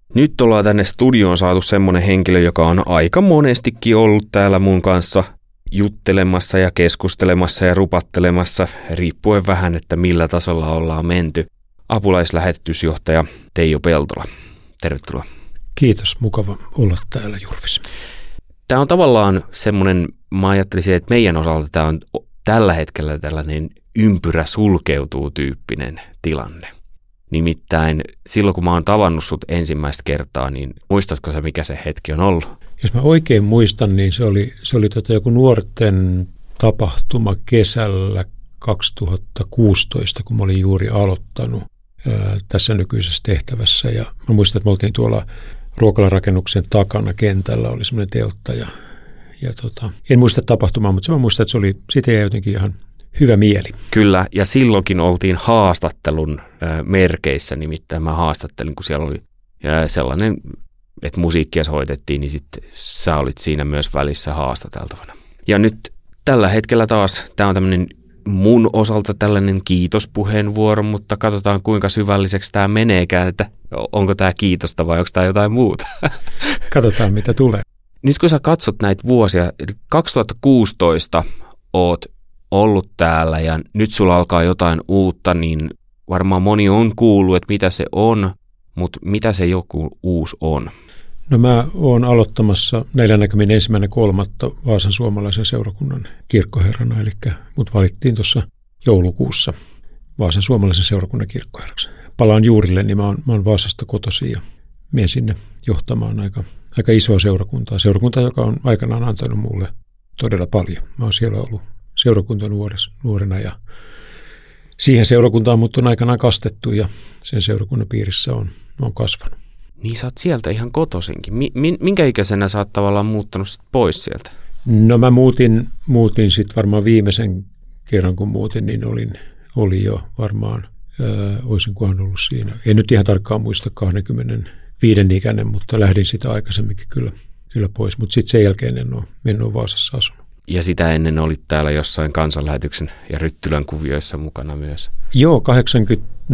Nyt ollaan tänne studioon saatu semmoinen henkilö, joka on aika monestikin ollut täällä mun kanssa juttelemassa ja keskustelemassa ja rupattelemassa, riippuen vähän, että millä tasolla ollaan menty. Apulaislähetysjohtaja Teijo Peltola. Tervetuloa. Kiitos, mukava olla täällä, Jurvis. Tämä on tavallaan semmoinen, mä ajattelisin, että meidän osalta tämä on tällä hetkellä tällainen ympyrä sulkeutuu -tyyppinen tilanne. Nimittäin silloin, kun mä oon tavannut sut ensimmäistä kertaa, niin muistatko sä, mikä se hetki on ollut? Jos mä oikein muistan, niin se oli joku nuorten tapahtuma kesällä 2016, kun mä olin juuri aloittanut tässä nykyisessä tehtävässä. Ja mä muistan, että me oltiin tuolla ruokalarakennuksen takana kentällä, oli semmoinen teltta. En muista tapahtumaa, mutta mä muistan, että siitä jäi jotenkin ihan hyvä mieli. Kyllä, ja silloinkin oltiin haastattelun merkeissä, nimittäin mä haastattelin, kun siellä oli sellainen, että musiikkia soitettiin, niin sitten sä olit siinä myös välissä haastateltavana. Ja nyt tällä hetkellä taas, tämä on tämmöinen mun osalta tällainen kiitospuheenvuoro, mutta katsotaan kuinka syvälliseksi tämä meneekään, että onko tämä kiitosta vai onko tämä jotain muuta. Katsotaan, mitä tulee. Nyt kun sä katsot näitä vuosia, 2016 oot ollut täällä ja nyt sulla alkaa jotain uutta, niin varmaan moni on kuullut, että mitä se on, mutta mitä se joku uusi on? No mä oon aloittamassa 41.3. Vaasan suomalaisen seurakunnan kirkkoherrana, eli mut valittiin tuossa joulukuussa Vaasan suomalaisen seurakunnan kirkkoherraksi. Palaan juurille, niin mä oon Vaasasta kotoisin ja menen sinne johtamaan aika isoa seurakuntaa, joka on aikanaan antanut mulle todella paljon. Mä oon siellä ollut seurakuntanuorena ja siihen seurakuntaan mut on aikanaan kastettu ja sen seurakunnan piirissä on kasvanut. Niin sä oot sieltä ihan kotoisinkin. Minkä ikäisenä sä oot tavallaan muuttanut sit pois sieltä? No mä muutin sitten varmaan viimeisen kerran kun muutin, niin oli jo varmaan, olisinkohan ollut siinä. En nyt ihan tarkkaan muista 25 ikäinen, mutta lähdin sitä aikaisemminkin kyllä pois. Mutta sitten sen jälkeen en ole Vaasassa asunut. Ja sitä ennen olit täällä jossain Kansanlähetyksen ja Ryttylän kuvioissa mukana myös. Joo, 84-85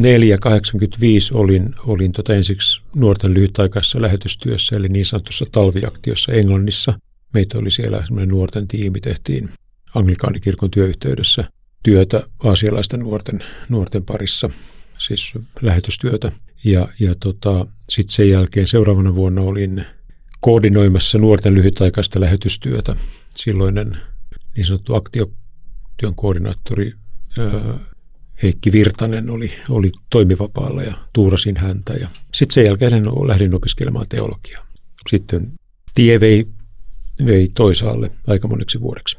olin ensiksi nuorten lyhytaikaisessa lähetystyössä, eli niin sanotussa talviaktiossa Englannissa. Meitä oli siellä semmoinen nuorten tiimi, tehtiin anglikaanikirkon työyhteydessä työtä aasialaisten nuorten parissa, siis lähetystyötä. Ja sitten sen jälkeen seuraavana vuonna olin koordinoimassa nuorten lyhytaikaista lähetystyötä. Silloinen niin sanottu aktiotyön koordinaattori Heikki Virtanen oli toimivapaalla ja tuurasin häntä. Ja sitten sen jälkeen lähdin opiskelemaan teologiaa. Sitten tie vei toisaalle aika moneksi vuodeksi.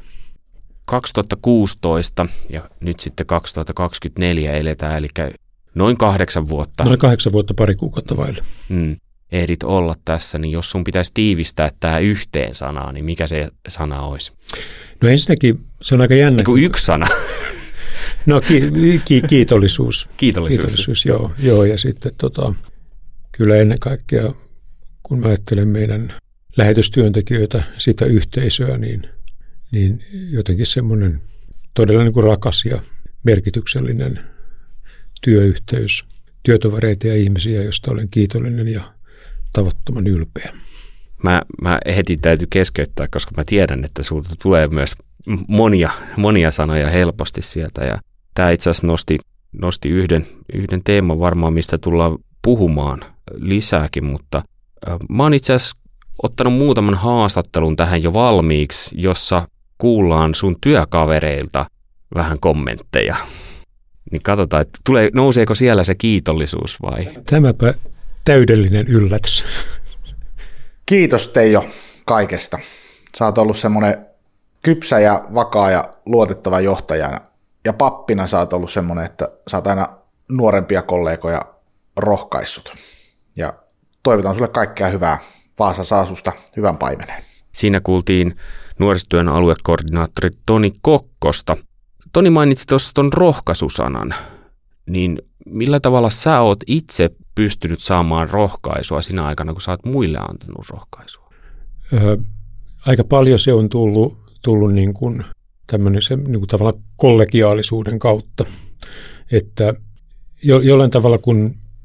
2016 ja nyt sitten 2024 eletään, eli noin 8 vuotta. Noin 8 vuotta, pari kuukautta vaille. Ehdit olla tässä, niin jos sun pitäisi tiivistää tämä yhteen sanaan, niin mikä se sana olisi? No ensinnäkin se on aika jännä. Niin kuin yksi sana. No kiitollisuus. Kiitollisuus. Joo, ja sitten kyllä ennen kaikkea, kun mä ajattelen meidän lähetystyöntekijöitä, sitä yhteisöä, niin jotenkin semmoinen todella niin kuin rakas ja merkityksellinen työyhteys, työtovereita ja ihmisiä, joista olen kiitollinen ja tavattoman ylpeä. Mä heti täytyy keskeyttää, koska mä tiedän, että sulta tulee myös monia sanoja helposti sieltä. Ja tämä itse asiassa nosti yhden teeman varmaan, mistä tullaan puhumaan lisääkin, mutta mä oon itse asiassa ottanut muutaman haastattelun tähän jo valmiiksi, jossa kuullaan sun työkavereilta vähän kommentteja. Niin katsotaan, että nouseeko siellä se kiitollisuus vai? Tämäpä täydellinen yllätys. Kiitos Teijo kaikesta. Sä oot ollut semmoinen kypsä ja vakaa ja luotettava johtaja. Ja pappina sä oot ollut semmoinen, että sä oot aina nuorempia kollegoja rohkaissut. Ja toivotan sulle kaikkea hyvää. Vaasa saa susta hyvän paimeneen. Siinä kuultiin nuorisotyön aluekoordinaattori Toni Kokkosta. Toni mainitsi tuossa ton rohkaisusanan. Niin millä tavalla sä oot itse pystynyt saamaan rohkaisua sinä aikana, kun sä oot muille antanut rohkaisua? Aika paljon se on tullut niin kuin tämmöinen niin kuin tavallaan kollegiaalisuuden kautta. Että jollain tavalla, kun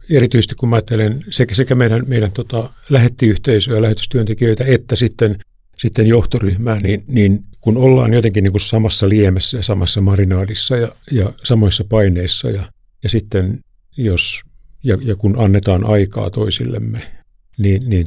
erityisesti kun mä ajattelen sekä meidän lähettiyhteisöä, lähetystyöntekijöitä, että sitten johtoryhmää, niin kun ollaan jotenkin niin kuin samassa liemessä ja samassa marinaadissa ja samoissa paineissa ja sitten ja kun annetaan aikaa toisillemme, niin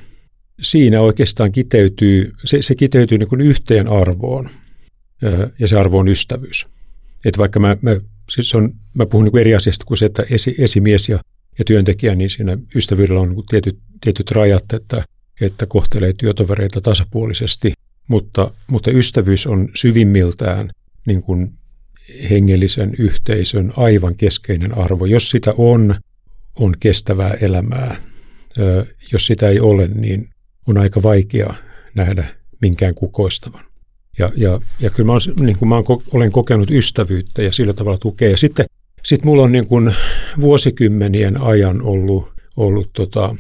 siinä oikeastaan kiteytyy, se kiteytyy niin kuin yhteen arvoon, ja se arvo on ystävyys. Että vaikka mä puhun niin kuin eri asiasta kuin se, että esimies ja työntekijä, niin siinä ystävyydellä on niin tietyt rajat, että kohtelee työtovereita tasapuolisesti, mutta ystävyys on syvimmiltään niin kuin hengellisen yhteisön aivan keskeinen arvo. Jos sitä on kestävää elämää. Jos sitä ei ole, niin on aika vaikea nähdä minkään kukoistavan. Ja kyllä mä olen kokenut ystävyyttä ja sillä tavalla tukea. Ja sitten mulla on niin kuin vuosikymmenien ajan ollut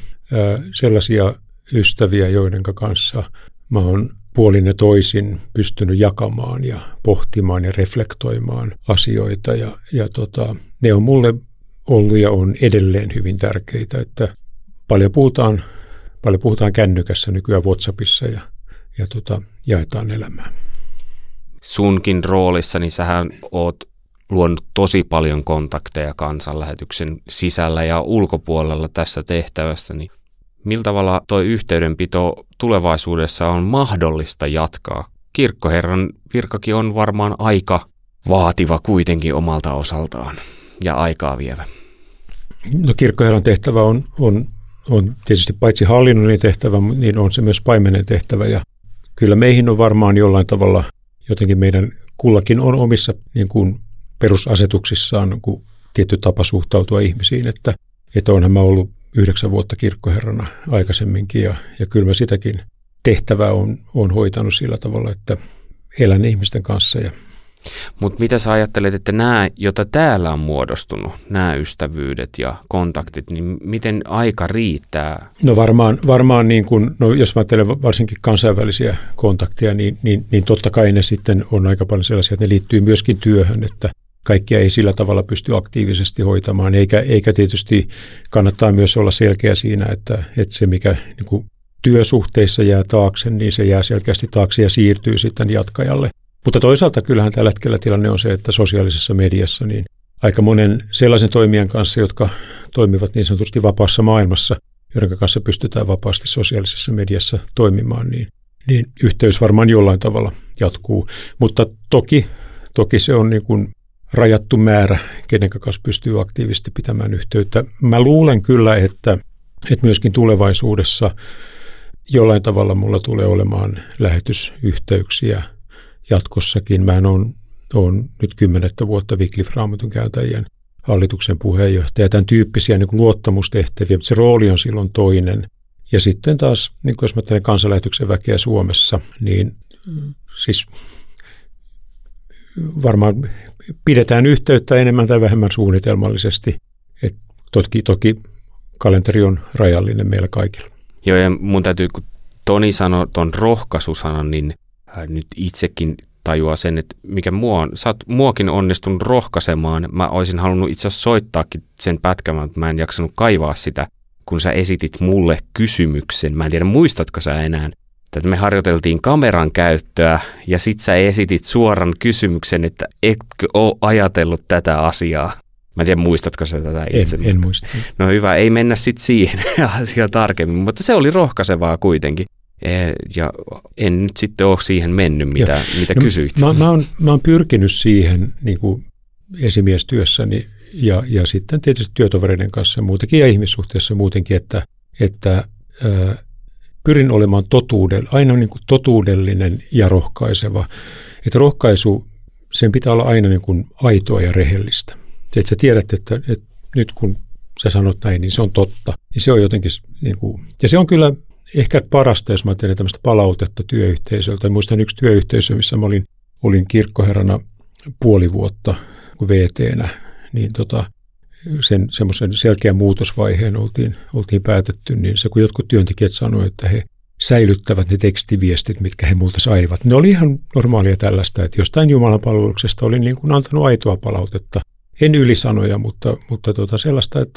sellaisia ystäviä, joiden kanssa mä oon puolin ja toisin pystynyt jakamaan ja pohtimaan ja reflektoimaan asioita. Ja ne on mulle ollut ja on edelleen hyvin tärkeitä, että paljon puhutaan kännykässä nykyään WhatsAppissa ja jaetaan elämää. Sunkin roolissani sähän oot luonut tosi paljon kontakteja kansanlähetyksen sisällä ja ulkopuolella tässä tehtävässä, niin millä tavalla tuo yhteydenpito tulevaisuudessa on mahdollista jatkaa? Kirkkoherran virkakin on varmaan aika vaativa kuitenkin omalta osaltaan ja aikaa vievä. No, kirkkoherran tehtävä on tietysti paitsi hallinnollinen tehtävä, niin on se myös paimenen tehtävä. Ja kyllä meihin on varmaan jollain tavalla, jotenkin meidän kullakin on omissa niin kuin perusasetuksissaan niin kuin tietty tapa suhtautua ihmisiin, että onhan mä ollut 9 vuotta kirkkoherrana aikaisemminkin ja kyllä mä sitäkin tehtävää on hoitanut sillä tavalla, että elän ihmisten kanssa. Mutta mitä sä ajattelet, että nämä, jota täällä on muodostunut, nämä ystävyydet ja kontaktit, niin miten aika riittää? No varmaan niin kuin, jos mä ajattelen varsinkin kansainvälisiä kontakteja, niin totta kai ne sitten on aika paljon sellaisia, että ne liittyy myöskin työhön, että kaikkia ei sillä tavalla pysty aktiivisesti hoitamaan, eikä tietysti kannattaa myös olla selkeä siinä, että se mikä niin kuin työsuhteissa jää taakse, niin se jää selkeästi taakse ja siirtyy sitten jatkajalle. Mutta toisaalta kyllähän tällä hetkellä tilanne on se, että sosiaalisessa mediassa niin aika monen sellaisen toimijan kanssa, jotka toimivat niin sanotusti vapaassa maailmassa, joiden kanssa pystytään vapaasti sosiaalisessa mediassa toimimaan, niin yhteys varmaan jollain tavalla jatkuu. Mutta toki se on niin kuin rajattu määrä, kenen kanssa pystyy aktiivisesti pitämään yhteyttä. Mä luulen kyllä, että myöskin tulevaisuudessa jollain tavalla mulla tulee olemaan lähetysyhteyksiä jatkossakin. Mä olen nyt 10 vuotta Wycliffe Raamatun kääntäjien hallituksen puheenjohtaja. Tämän tyyppisiä niin kuin luottamustehtäviä, mutta se rooli on silloin toinen. Ja sitten taas, niin jos mä ajattelen kansanlähetyksen väkeä Suomessa, niin siis varmaan pidetään yhteyttä enemmän tai vähemmän suunnitelmallisesti. Et toki kalenteri on rajallinen meillä kaikilla. Joo, ja mun täytyy, kun Toni sanoi ton rohkaisusanan, niin nyt itsekin tajua sen, että mikä sä oot muakin onnistunut rohkaisemaan. Mä olisin halunnut itse asiassa soittaakin sen pätkän, mutta mä en jaksanut kaivaa sitä, kun sä esitit mulle kysymyksen. Mä en tiedä, muistatko sä enää, että me harjoiteltiin kameran käyttöä ja sit sä esitit suoran kysymyksen, että etkö ole ajatellut tätä asiaa. Mä en tiedä, muistatko sä tätä itse? En muista. No hyvä, ei mennä sitten siihen asiaan tarkemmin, mutta se oli rohkaisevaa kuitenkin. Ja en nyt sitten ole siihen mennyt, mitä kysyit. Mä oon pyrkinyt siihen niin kuin esimiestyössäni ja sitten tietysti työtovereiden kanssa muutenkin ja ihmissuhteessa muutenkin, että pyrin olemaan aina niin kuin totuudellinen ja rohkaiseva. Että rohkaisu, sen pitää olla aina niin kuin aitoa ja rehellistä. Se, että sä tiedät, että nyt kun sä sanot näin, niin se on totta. Niin se on jotenkin, niin kuin, ja se on kyllä ehkä parasta, jos mä teen tämmöistä palautetta työyhteisöltä. Muistan yksi työyhteisö, missä mä olin kirkkoherrana puoli vuotta VT-nä, niin semmoisen selkeän muutosvaiheen oltiin päätetty, niin se kun jotkut työntekijät sanoivat, että he säilyttävät ne tekstiviestit, mitkä he multa saivat. Ne oli ihan normaalia tällaista, että jostain Jumalan palveluksesta olin niin kuin antanut aitoa palautetta. En ylisanoja, mutta sellaista, että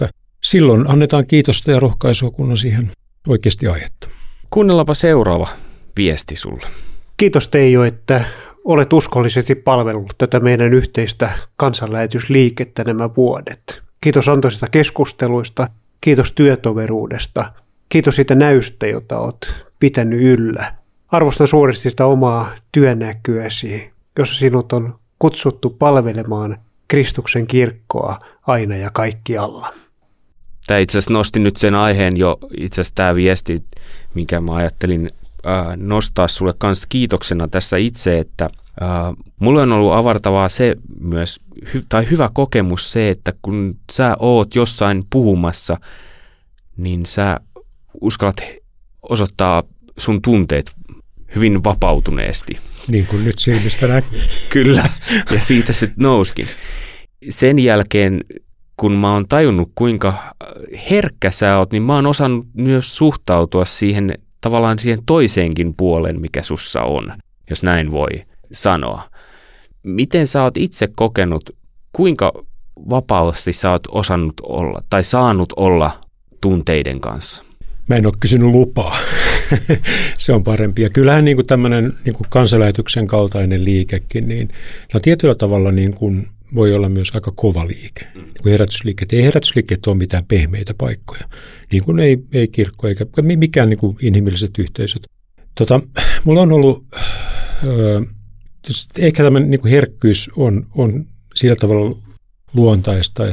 silloin annetaan kiitosta ja rohkaisua, kun on siihen oikeasti aihetta. Kuunnellaanpa seuraava viesti sulle. Kiitos Teijo, että olet uskollisesti palvellut tätä meidän yhteistä kansanlähetysliikettä nämä vuodet. Kiitos antoisista keskusteluista, kiitos työtoveruudesta, kiitos siitä näystä, jota olet pitänyt yllä. Arvostan suuresti sitä omaa työnäkyäsi, jossa sinut on kutsuttu palvelemaan Kristuksen kirkkoa aina ja kaikkialla. Tämä itse asiassa nosti nyt sen aiheen jo, itse asiassa tämä viesti, minkä mä ajattelin nostaa sulle kanssa kiitoksena tässä itse, että mulle on ollut avartavaa se myös, tai hyvä kokemus se, että kun sä oot jossain puhumassa, niin sä uskallat osoittaa sun tunteet hyvin vapautuneesti. Niin kuin nyt silmistä näkyy. Kyllä, ja siitä se nouskin. Sen jälkeen, kun mä oon tajunnut, kuinka herkkä sä oot, niin mä oon osannut myös suhtautua siihen tavallaan siihen toiseenkin puoleen, mikä sussa on, jos näin voi sanoa. Miten sä oot itse kokenut, kuinka vapaasti sä oot osannut olla tai saanut olla tunteiden kanssa? Mä en ole kysynyt lupaa. Se on parempi. Ja kyllähän niin kuin tämmöinen niin kuin kansanlähetyksen kaltainen liikekin, niin on tietyllä tavalla niin kuin voi olla myös aika kova liike. Niin kuin herätysliikkeet. Ei herätysliikkeet ole mitään pehmeitä paikkoja. Niin kuin ei kirkko eikä mikään niin kuin inhimilliset yhteisöt. Mulla on ollut, ehkä tämmöinen niin kuin herkkyys on sillä tavalla luontaista,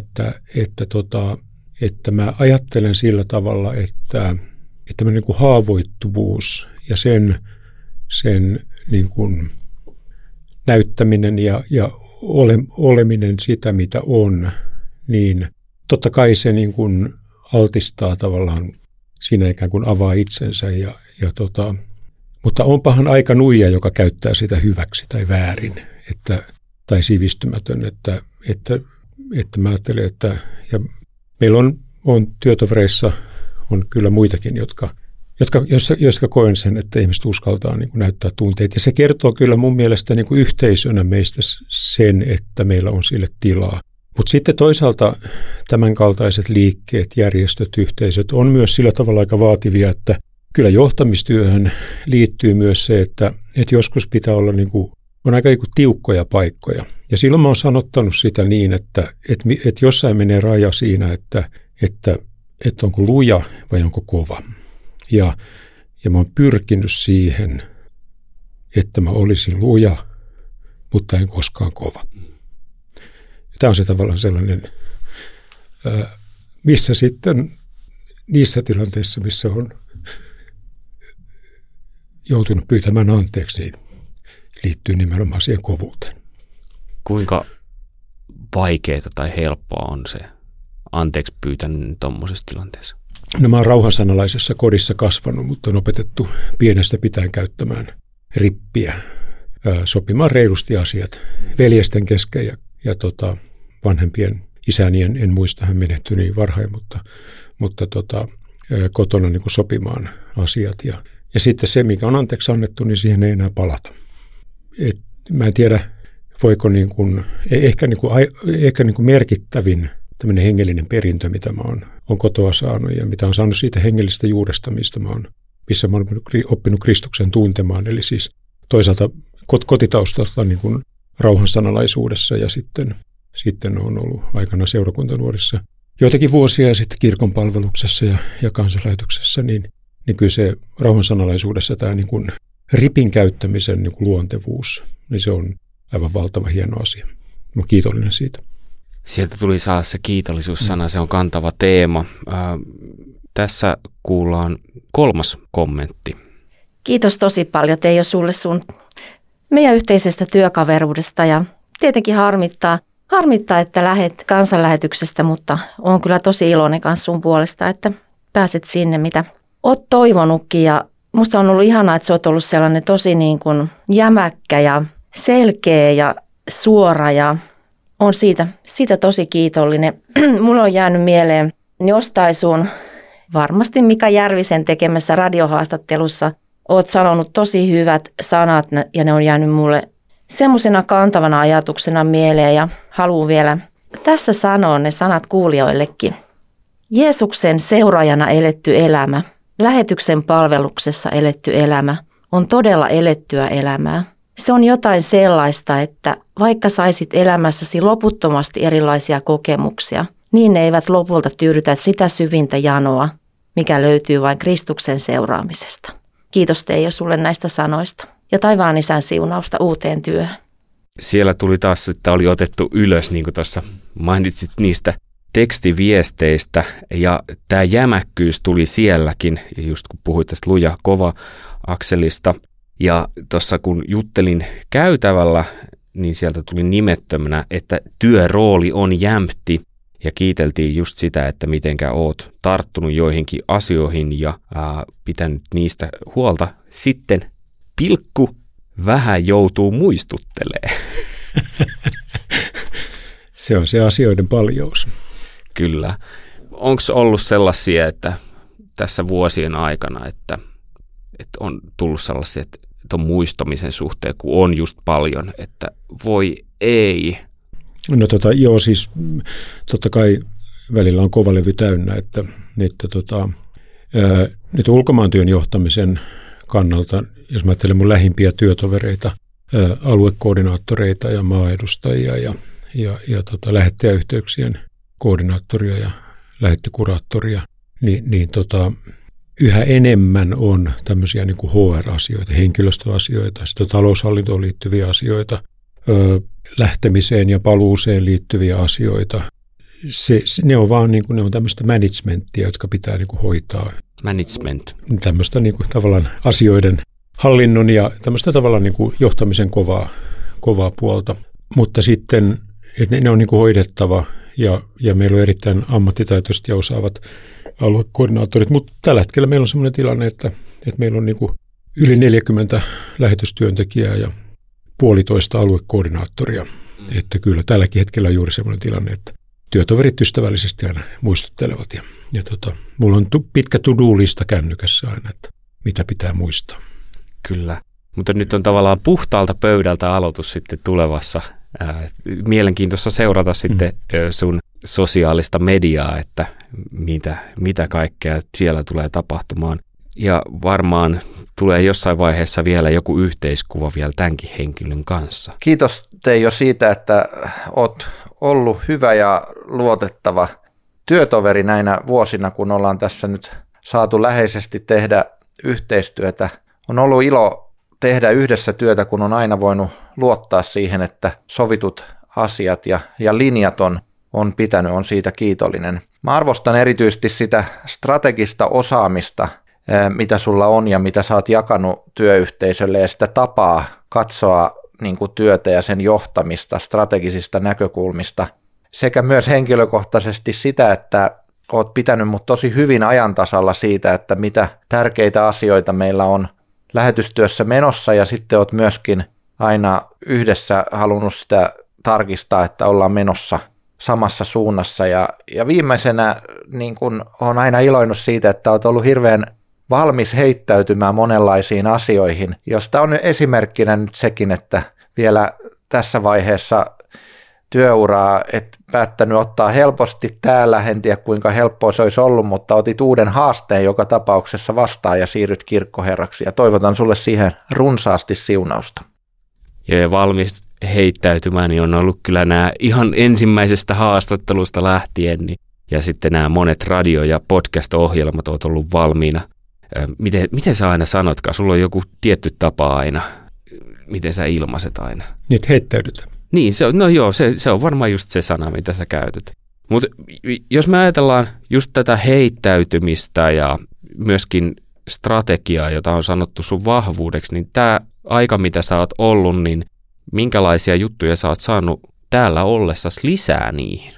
että mä ajattelen sillä tavalla, että niin kuin haavoittuvuus ja sen niin kuin näyttäminen ja oleminen sitä, mitä on, niin totta kai se niin kuin altistaa tavallaan, siinä ikään kuin avaa itsensä, mutta onpahan aika nuija, joka käyttää sitä hyväksi tai väärin, tai sivistymätön, että mä ajattelen, että ja meillä on työtovereissa on kyllä muitakin, jotka koen sen, että ihmiset uskaltaa niin kuin näyttää tunteita. Ja se kertoo kyllä mun mielestä niin kuin yhteisönä meistä sen, että meillä on sille tilaa. Mutta sitten toisaalta tämänkaltaiset liikkeet, järjestöt, yhteisöt on myös sillä tavalla aika vaativia, että kyllä johtamistyöhön liittyy myös se, että joskus pitää olla niin kuin, on aika niin kuin tiukkoja paikkoja. Ja silloin mä oon sanottanut sitä niin, että jossain menee raja siinä, että onko luja vai onko kova. Ja mä oon pyrkinyt siihen, että mä olisin luja, mutta en koskaan kova. Tämä on se tavallaan sellainen, missä sitten niissä tilanteissa, missä on joutunut pyytämään anteeksi, niin liittyy nimenomaan siihen kovuuteen. Kuinka vaikeaa tai helppoa on se anteeksi pyytäminen tuommoisessa tilanteessa? No mä oon rauhansanalaisessa kodissa kasvanut, mutta on opetettu pienestä pitäen käyttämään rippiä, sopimaan reilusti asiat veljesten kesken ja vanhempien isäni en muista, hän menehtyi niin varhain, mutta kotona niin kuin sopimaan asiat. Ja sitten se, mikä on anteeksi annettu, niin siihen ei enää palata. Mä en tiedä, voiko ehkä merkittävin tämmöinen hengellinen perintö, mitä mä oon kotoa saanut ja mitä on saanut siitä hengellisestä juuresta, missä mä oon oppinut Kristuksen tuntemaan. Eli siis toisaalta kotitaustalta niin kuin rauhansanalaisuudessa ja sitten on ollut aikana seurakuntanuorissa joitakin vuosia ja sitten kirkon palveluksessa ja kansanlähetyksessä, niin kyllä se rauhansanalaisuudessa tämä niin kuin ripin käyttämisen niin kuin luontevuus, niin se on aivan valtava hieno asia. Mä oon kiitollinen siitä. Sieltä tuli saa se kiitollisuussana, se on kantava teema. Tässä kuullaan 3. kommentti. Kiitos tosi paljon Teijo sulle sun meidän yhteisestä työkaveruudesta ja tietenkin harmittaa, että lähet kansanlähetyksestä, mutta olen kyllä tosi iloinen kanssa sun puolesta, että pääset sinne, mitä oot toivonutkin. Ja musta on ollut ihanaa, että sä oot ollut sellainen tosi niin kuin jämäkkä ja selkeä ja suora ja on siitä tosi kiitollinen. Mulla on jäänyt mieleen jostain sun varmasti Mika Järvisen tekemässä radiohaastattelussa. Oot sanonut tosi hyvät sanat ja ne on jäänyt mulle semmoisena kantavana ajatuksena mieleen ja haluan vielä tässä sanoa ne sanat kuulijoillekin. Jeesuksen seuraajana eletty elämä, lähetyksen palveluksessa eletty elämä on todella elettyä elämää. Se on jotain sellaista, että vaikka saisit elämässäsi loputtomasti erilaisia kokemuksia, niin ne eivät lopulta tyydytä sitä syvintä janoa, mikä löytyy vain Kristuksen seuraamisesta. Kiitos Teijo sulle näistä sanoista ja taivaan Isän siunausta uuteen työhön. Siellä tuli taas, että oli otettu ylös, niin kuin tuossa mainitsit niistä tekstiviesteistä, ja tämä jämäkkyys tuli sielläkin, just kun puhuit tästä luja kova akselista. Ja tuossa kun juttelin käytävällä, niin sieltä tuli nimettömänä, että työrooli on jämpti, ja kiiteltiin just sitä, että mitenkä oot tarttunut joihinkin asioihin ja pitänyt niistä huolta. Sitten vähän joutuu muistuttelemaan. Se on se asioiden paljous. Kyllä. Onko ollut sellaisia, että tässä vuosien aikana, että on tullut sellaisia, että on muistamisen suhteen, kun on just paljon, että voi ei. No joo, siis totta kai välillä on kova levy täynnä, että nyt ulkomaantyön johtamisen kannalta, jos mä ajattelen mun lähimpiä työtovereita, aluekoordinaattoreita ja maaedustajia ja lähettäjäyhteyksien koordinaattoria ja lähettikuraattoria, niin yhä enemmän on tämmöisiä niin kuin HR-asioita, henkilöstöasioita, sitten taloushallintoon liittyviä asioita, lähtemiseen ja paluuseen liittyviä asioita. Ne on vaan niin kuin, ne on tämmöistä managementtia, jotka pitää niin kuin hoitaa. Management. Tämmöistä niin kuin tavallaan asioiden hallinnon ja tämmöistä tavallaan niin kuin johtamisen kovaa puolta. Mutta sitten, että ne on niin kuin hoidettava ja meillä on erittäin ammattitaitoiset ja osaavat aluekoordinaattorit. Mutta tällä hetkellä meillä on semmoinen tilanne, että meillä on niin kuin yli 40 lähetystyöntekijää ja 1,5 aluekoordinaattoria. Että kyllä tälläkin hetkellä on juuri semmoinen tilanne, että työtoverit ystävällisesti aina muistuttelevat. Ja mulla on pitkä to-do-lista kännykässä aina, että mitä pitää muistaa. Kyllä, mutta nyt on tavallaan puhtaalta pöydältä aloitus sitten tulevassa. Mielenkiintoista seurata sitten sun sosiaalista mediaa, että mitä kaikkea siellä tulee tapahtumaan. Ja varmaan tulee jossain vaiheessa vielä joku yhteiskuva vielä tämänkin henkilön kanssa. Kiitos Teijo siitä, että oot ollut hyvä ja luotettava työtoveri näinä vuosina, kun ollaan tässä nyt saatu läheisesti tehdä yhteistyötä. On ollut ilo tehdä yhdessä työtä, kun on aina voinut luottaa siihen, että sovitut asiat ja linjat on pitänyt, on siitä kiitollinen. Mä arvostan erityisesti sitä strategista osaamista, mitä sulla on ja mitä sä oot jakanut työyhteisölle ja sitä tapaa katsoa niin kuin työtä ja sen johtamista strategisista näkökulmista sekä myös henkilökohtaisesti sitä, että oot pitänyt mut tosi hyvin ajan tasalla siitä, että mitä tärkeitä asioita meillä on lähetystyössä menossa ja sitten oot myöskin aina yhdessä halunnut sitä tarkistaa, että ollaan menossa samassa suunnassa ja viimeisenä niin kun olen aina iloinut siitä, että olet ollut hirveän valmis heittäytymään monenlaisiin asioihin, josta on esimerkkinä nyt sekin, että vielä tässä vaiheessa työuraa et päättänyt ottaa helposti täällä, en tiedä kuinka helppoa se olisi ollut, mutta otit uuden haasteen joka tapauksessa vastaan ja siirryt kirkkoherraksi ja toivotan sulle siihen runsaasti siunausta. Ja valmis heittäytymään niin on ollut kyllä nämä ihan ensimmäisestä haastattelusta lähtien niin, ja sitten nämä monet radio- ja podcast-ohjelmat ovat ollut valmiina. Miten sä aina sanotkaan? Sulla on joku tietty tapa aina. Miten sä ilmaiset aina? Niin, heittäydytään. Niin, se on varmaan just se sana, mitä sä käytät. Mutta jos me ajatellaan just tätä heittäytymistä ja myöskin strategiaa, jota on sanottu sun vahvuudeksi, niin tämä aika, mitä sä oot ollut, niin minkälaisia juttuja sä oot saanut täällä ollessasi lisää niihin?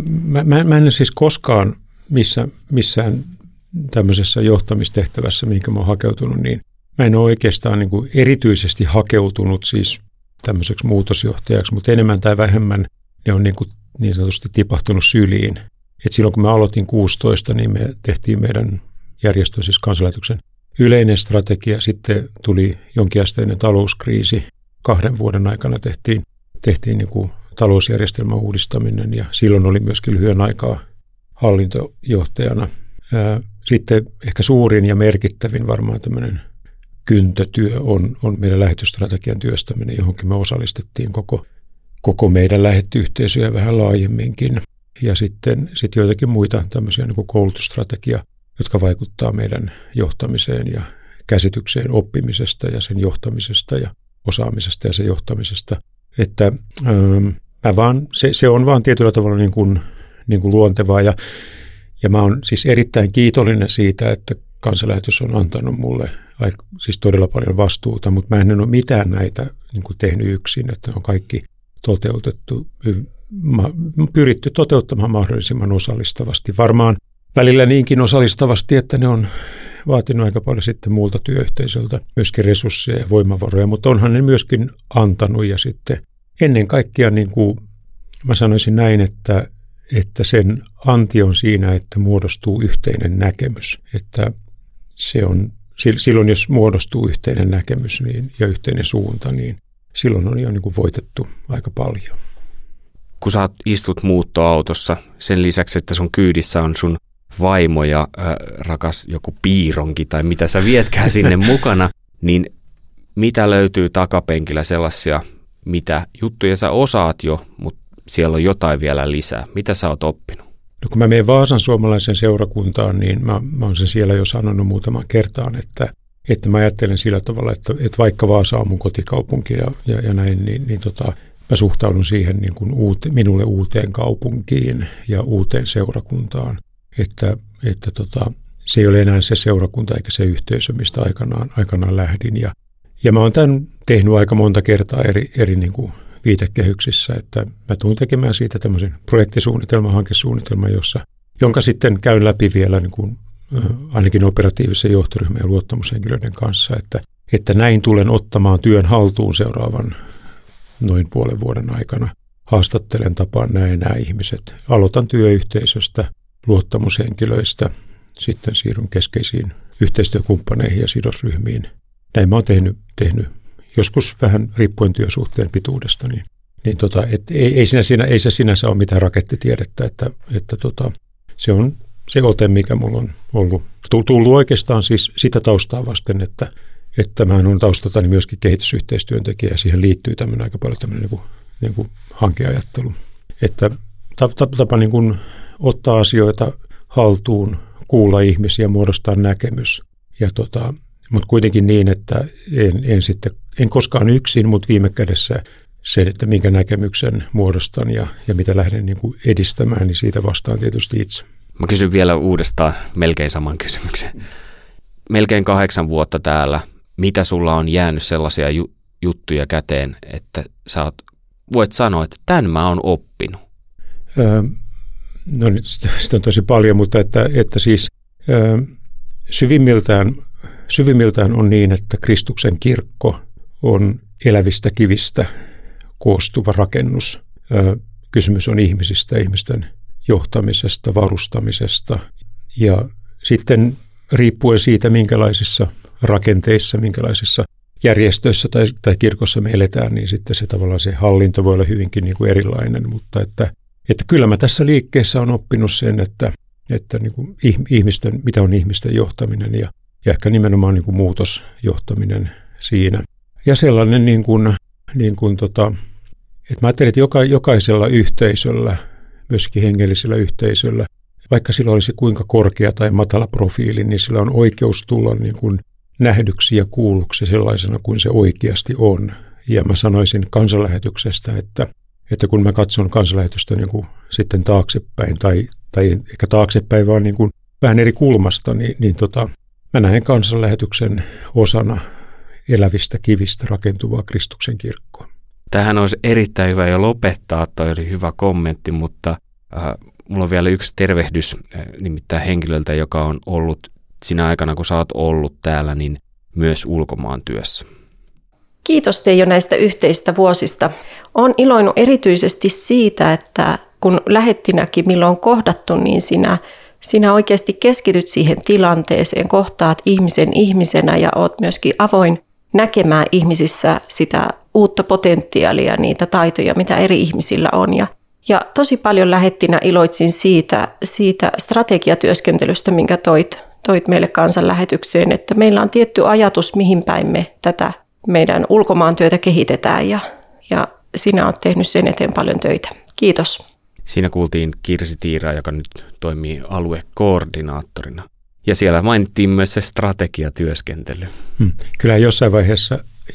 Mä en siis koskaan missään tämmöisessä johtamistehtävässä, mihinkä mä oon hakeutunut, niin mä en ole oikeastaan niin kuin erityisesti hakeutunut siis tämmöiseksi muutosjohtajaksi, mutta enemmän tai vähemmän ne on niin sanotusti tipahtunut syliin. Et silloin kun mä aloitin 16, niin me tehtiin meidän järjestön, siis Kansanlähetyksen yleinen strategia. Sitten tuli jonkinasteinen talouskriisi. 2 vuoden aikana tehtiin niin kuin talousjärjestelmän uudistaminen ja silloin oli myöskin lyhyen aikaa hallintojohtajana. Sitten ehkä suurin ja merkittävin varmaan tämmöinen kyntötyö on meidän lähetysstrategian työstäminen, johonkin me osallistettiin koko meidän lähettyyhteisöjä vähän laajemminkin. Ja sitten joitakin muita tämmöisiä niin kuin koulutusstrategia, jotka vaikuttaa meidän johtamiseen ja käsitykseen oppimisesta ja sen johtamisesta ja osaamisesta ja sen johtamisesta. Että se on vaan tietyllä tavalla niin kuin luontevaa ja mä oon siis erittäin kiitollinen siitä, että Kansanlähetys on antanut mulle siis todella paljon vastuuta, mutta mä en ole mitään näitä niin kuin tehnyt yksin, että on kaikki toteutettu, pyritty toteuttamaan mahdollisimman osallistavasti. Varmaan välillä niinkin osallistavasti, että ne on vaatinut aika paljon sitten muulta työyhteisöltä myöskin resursseja ja voimavaroja, mutta onhan ne myöskin antanut ja sitten ennen kaikkea niin kuin mä sanoisin näin, että sen anti on siinä, että muodostuu yhteinen näkemys, että se on silloin, jos muodostuu yhteinen näkemys ja yhteinen suunta, niin silloin on jo niin kuin voitettu aika paljon. Kun sä istut muuttoautossa, sen lisäksi, että sun kyydissä on sun vaimo ja rakas joku piironki tai mitä sä vietkään sinne mukana, niin mitä löytyy takapenkillä sellaisia, mitä juttuja sä osaat jo, mutta siellä on jotain vielä lisää. Mitä sä oot oppinut? No, kun mä menen Vaasan suomalaisen seurakuntaan, niin mä oon sen siellä jo sanonut muutaman kertaan, että mä ajattelen sillä tavalla, että vaikka Vaasa on mun kotikaupunki ja näin, niin mä suhtaudun siihen niin kuin minulle uuteen kaupunkiin ja uuteen seurakuntaan, että se ei ole enää se seurakunta eikä se yhteisö, mistä aikanaan lähdin. Ja mä oon tämän tehnyt aika monta kertaa eri niin kuin viitekehyksissä, että mä tulen tekemään siitä tämmöisen projektisuunnitelman, hankesuunnitelman, jonka sitten käyn läpi vielä niin kuin, ainakin operatiivisen johtoryhmän ja luottamushenkilöiden kanssa, että näin tulen ottamaan työn haltuun seuraavan noin puolen vuoden aikana. Haastattelen, tapaan nämä ihmiset. Aloitan työyhteisöstä, luottamushenkilöistä, sitten siirryn keskeisiin yhteistyökumppaneihin ja sidosryhmiin. Näin mä oon tehnyt joskus vähän riippuen työsuhteen pituudesta, niin ei se sinänsä ole mitään rakettitiedettä, että se on se ote, mikä mulla on ollut. Tullut oikeastaan siis sitä taustaa vasten, että mä olen taustaltani myöskin kehitysyhteistyöntekijä ja siihen liittyy tämmöinen aika paljon tämmöinen niin kuin hankeajattelu. Että tapa niin kuin ottaa asioita haltuun, kuulla ihmisiä, muodostaa näkemys mutta kuitenkin niin, että en koskaan yksin, mutta viime kädessä se, että minkä näkemyksen muodostan ja mitä lähden niin kuin edistämään, niin siitä vastaan tietysti itse. Mä kysyn vielä uudestaan melkein saman kysymyksen. Melkein 8 vuotta täällä. Mitä sulla on jäänyt sellaisia juttuja käteen, että sä voit sanoa, että tämän mä oon oppinut? No nyt sitä on tosi paljon, mutta että siis syvimmiltään on niin, että Kristuksen kirkko on elävistä kivistä koostuva rakennus. Kysymys on ihmisistä, ihmisten johtamisesta, varustamisesta ja sitten riippuen siitä, minkälaisissa rakenteissa, minkälaisissa järjestöissä tai kirkossa me eletään, niin sitten se tavallaan se hallinto voi olla hyvinkin niin kuin erilainen, mutta että kyllä mä tässä liikkeessä on oppinut sen, että niin kuin mitä on ihmisten johtaminen ja ehkä nimenomaan niin kuin muutosjohtaminen siinä. Ja sellainen että mä ajattelin, että jokaisella yhteisöllä, myöskin hengellisellä yhteisöllä, vaikka sillä olisi kuinka korkea tai matala profiili, niin sillä on oikeus tulla niin kuin nähdyksi ja kuulluksi sellaisena kuin se oikeasti on. Ja mä sanoisin Kansanlähetyksestä, että kun mä katson Kansanlähetystä niin kuin sitten taaksepäin tai ehkä taaksepäin vaan niin kuin vähän eri kulmasta, niin mä näen Kansanlähetyksen osana elävistä kivistä rakentuvaa Kristuksen kirkkoa. Tähän olisi erittäin hyvä jo lopettaa, toi oli hyvä kommentti, mutta mulla on vielä yksi tervehdys nimittäin henkilöltä, joka on ollut sinä aikana, kun sä oot ollut täällä, niin myös ulkomaan työssä. Kiitos Teijo näistä yhteistä vuosista. Olen iloinut erityisesti siitä, että kun lähettinäkin milloin on kohdattu, niin sinä oikeasti keskityt siihen tilanteeseen, kohtaat ihmisen ihmisenä ja oot myöskin avoin näkemään ihmisissä sitä uutta potentiaalia, niitä taitoja, mitä eri ihmisillä on. Ja Ja tosi paljon lähettinä iloitsin siitä strategiatyöskentelystä, minkä toit meille kansanlähetykseen, että meillä on tietty ajatus, mihin päin me tätä meidän ulkomaantyötä kehitetään ja sinä olet tehnyt sen eteen paljon töitä. Kiitos. Siinä kuultiin Kirsi Tiirää, joka nyt toimii aluekoordinaattorina. Ja siellä mainittiin myös se strategiatyöskentely. Kyllä jossain vaiheessa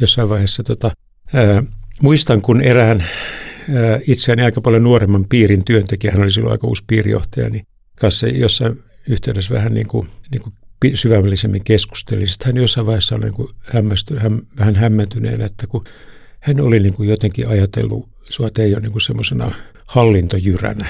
muistan, kun erään itseäni aika paljon nuoremman piirin työntekijä, hän oli silloin aika uusi piirijohtaja, niin kanssa jossain yhteydessä vähän niin kuin syvällisemmin keskustelin. Sitten hän jossain vaiheessa oli vähän hämmentyneenä, että kun hän oli niin kuin jotenkin ajatellut sua Teijo niin kuin semmoisena hallintojyränä,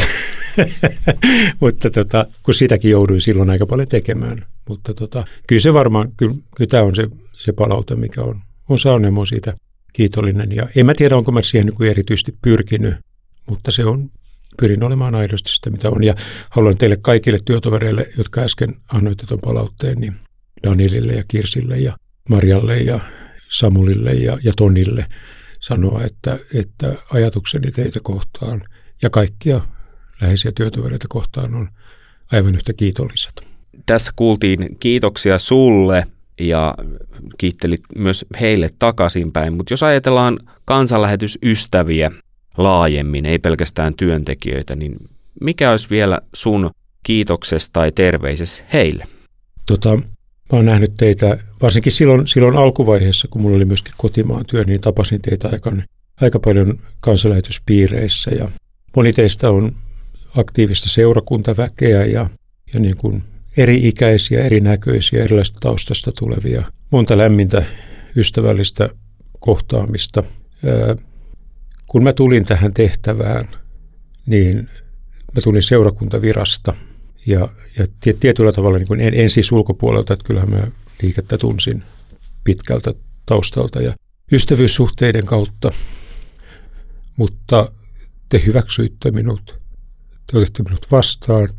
mutta kun sitäkin jouduin silloin aika paljon tekemään. Mutta kyllä se varmaan, kyllä tämä on se palaute, mikä on saanut, ja siitä kiitollinen. Ja en mä tiedä, onko mä siihen niin kuin erityisesti pyrkinyt, mutta pyrin olemaan aidosti sitä, mitä on. Ja haluan teille kaikille työtovereille, jotka äsken annoitte tuon palautteen, niin Danielille ja Kirsille ja Marjalle ja Samulille ja Tonille sanoa, että ajatukseni teitä kohtaan ja kaikkia läheisiä työtovereita kohtaan on aivan yhtä kiitolliset. Tässä kuultiin kiitoksia sulle ja kiittelit myös heille takaisinpäin, mutta jos ajatellaan kansanlähetysystäviä laajemmin, ei pelkästään työntekijöitä, niin mikä olisi vielä sun kiitoksesi tai terveisesi heille? Mä oon nähnyt teitä, varsinkin silloin alkuvaiheessa, kun mulla oli myöskin kotimaan työ, niin tapasin teitä aika paljon kansanlähetyspiireissä. Ja moni teistä on aktiivista seurakuntaväkeä ja niin kuin eri-ikäisiä, erinäköisiä, erilaisista taustasta tulevia. Monta lämmintä, ystävällistä kohtaamista. Kun mä tulin tähän tehtävään, niin mä tulin seurakuntavirasta. Ja tietyllä tavalla, niin kuin en siis ulkopuolelta, että kyllähän mä liikettä tunsin pitkältä taustalta ja ystävyyssuhteiden kautta, mutta te hyväksyitte minut, te otitte minut vastaan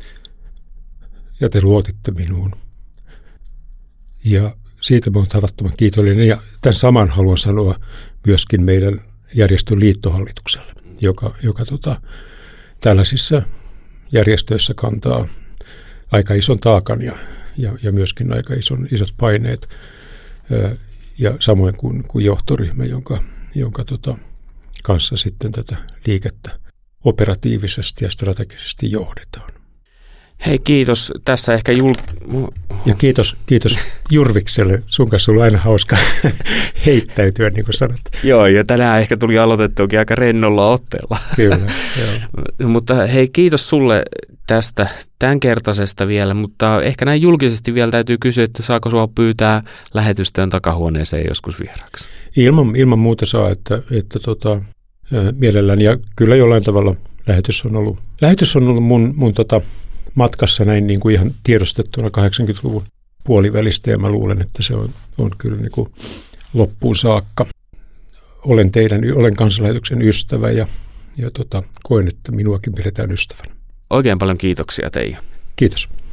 ja te luotitte minuun. Ja siitä mä olen tavattoman kiitollinen, ja tämän saman haluan sanoa myöskin meidän järjestön liittohallitukselle, joka tällaisissa järjestöissä kantaa aika ison taakan ja myöskin aika isot paineet, ja samoin kuin johtoryhmä, jonka kanssa sitten tätä liikettä operatiivisesti ja strategisesti johdetaan. Hei, kiitos. Tässä ehkä Ja kiitos Jurvikselle. Sun kanssa on ollut aina hauska heittäytyä, niin kuin sanot. Joo, ja tänään ehkä tuli aloitettuakin aika rennolla otteella. Kyllä, joo. Mutta hei, kiitos sulle tästä tämänkertaisesta vielä, mutta ehkä näin julkisesti vielä täytyy kysyä, että saako sua pyytää lähetysten takahuoneeseen joskus vieraaksi? Ilman muuta saa, että mielelläni, ja kyllä jollain tavalla lähetys on ollut mun matkassa näin niin kuin ihan tiedostettuna 80-luvun puolivälistä, ja mä luulen, että se on kyllä niin kuin loppuun saakka. Olen kansanlähetyksen ystävä ja koen, että minuakin pidetään ystävänä. Oikein paljon kiitoksia Teijo. Kiitos.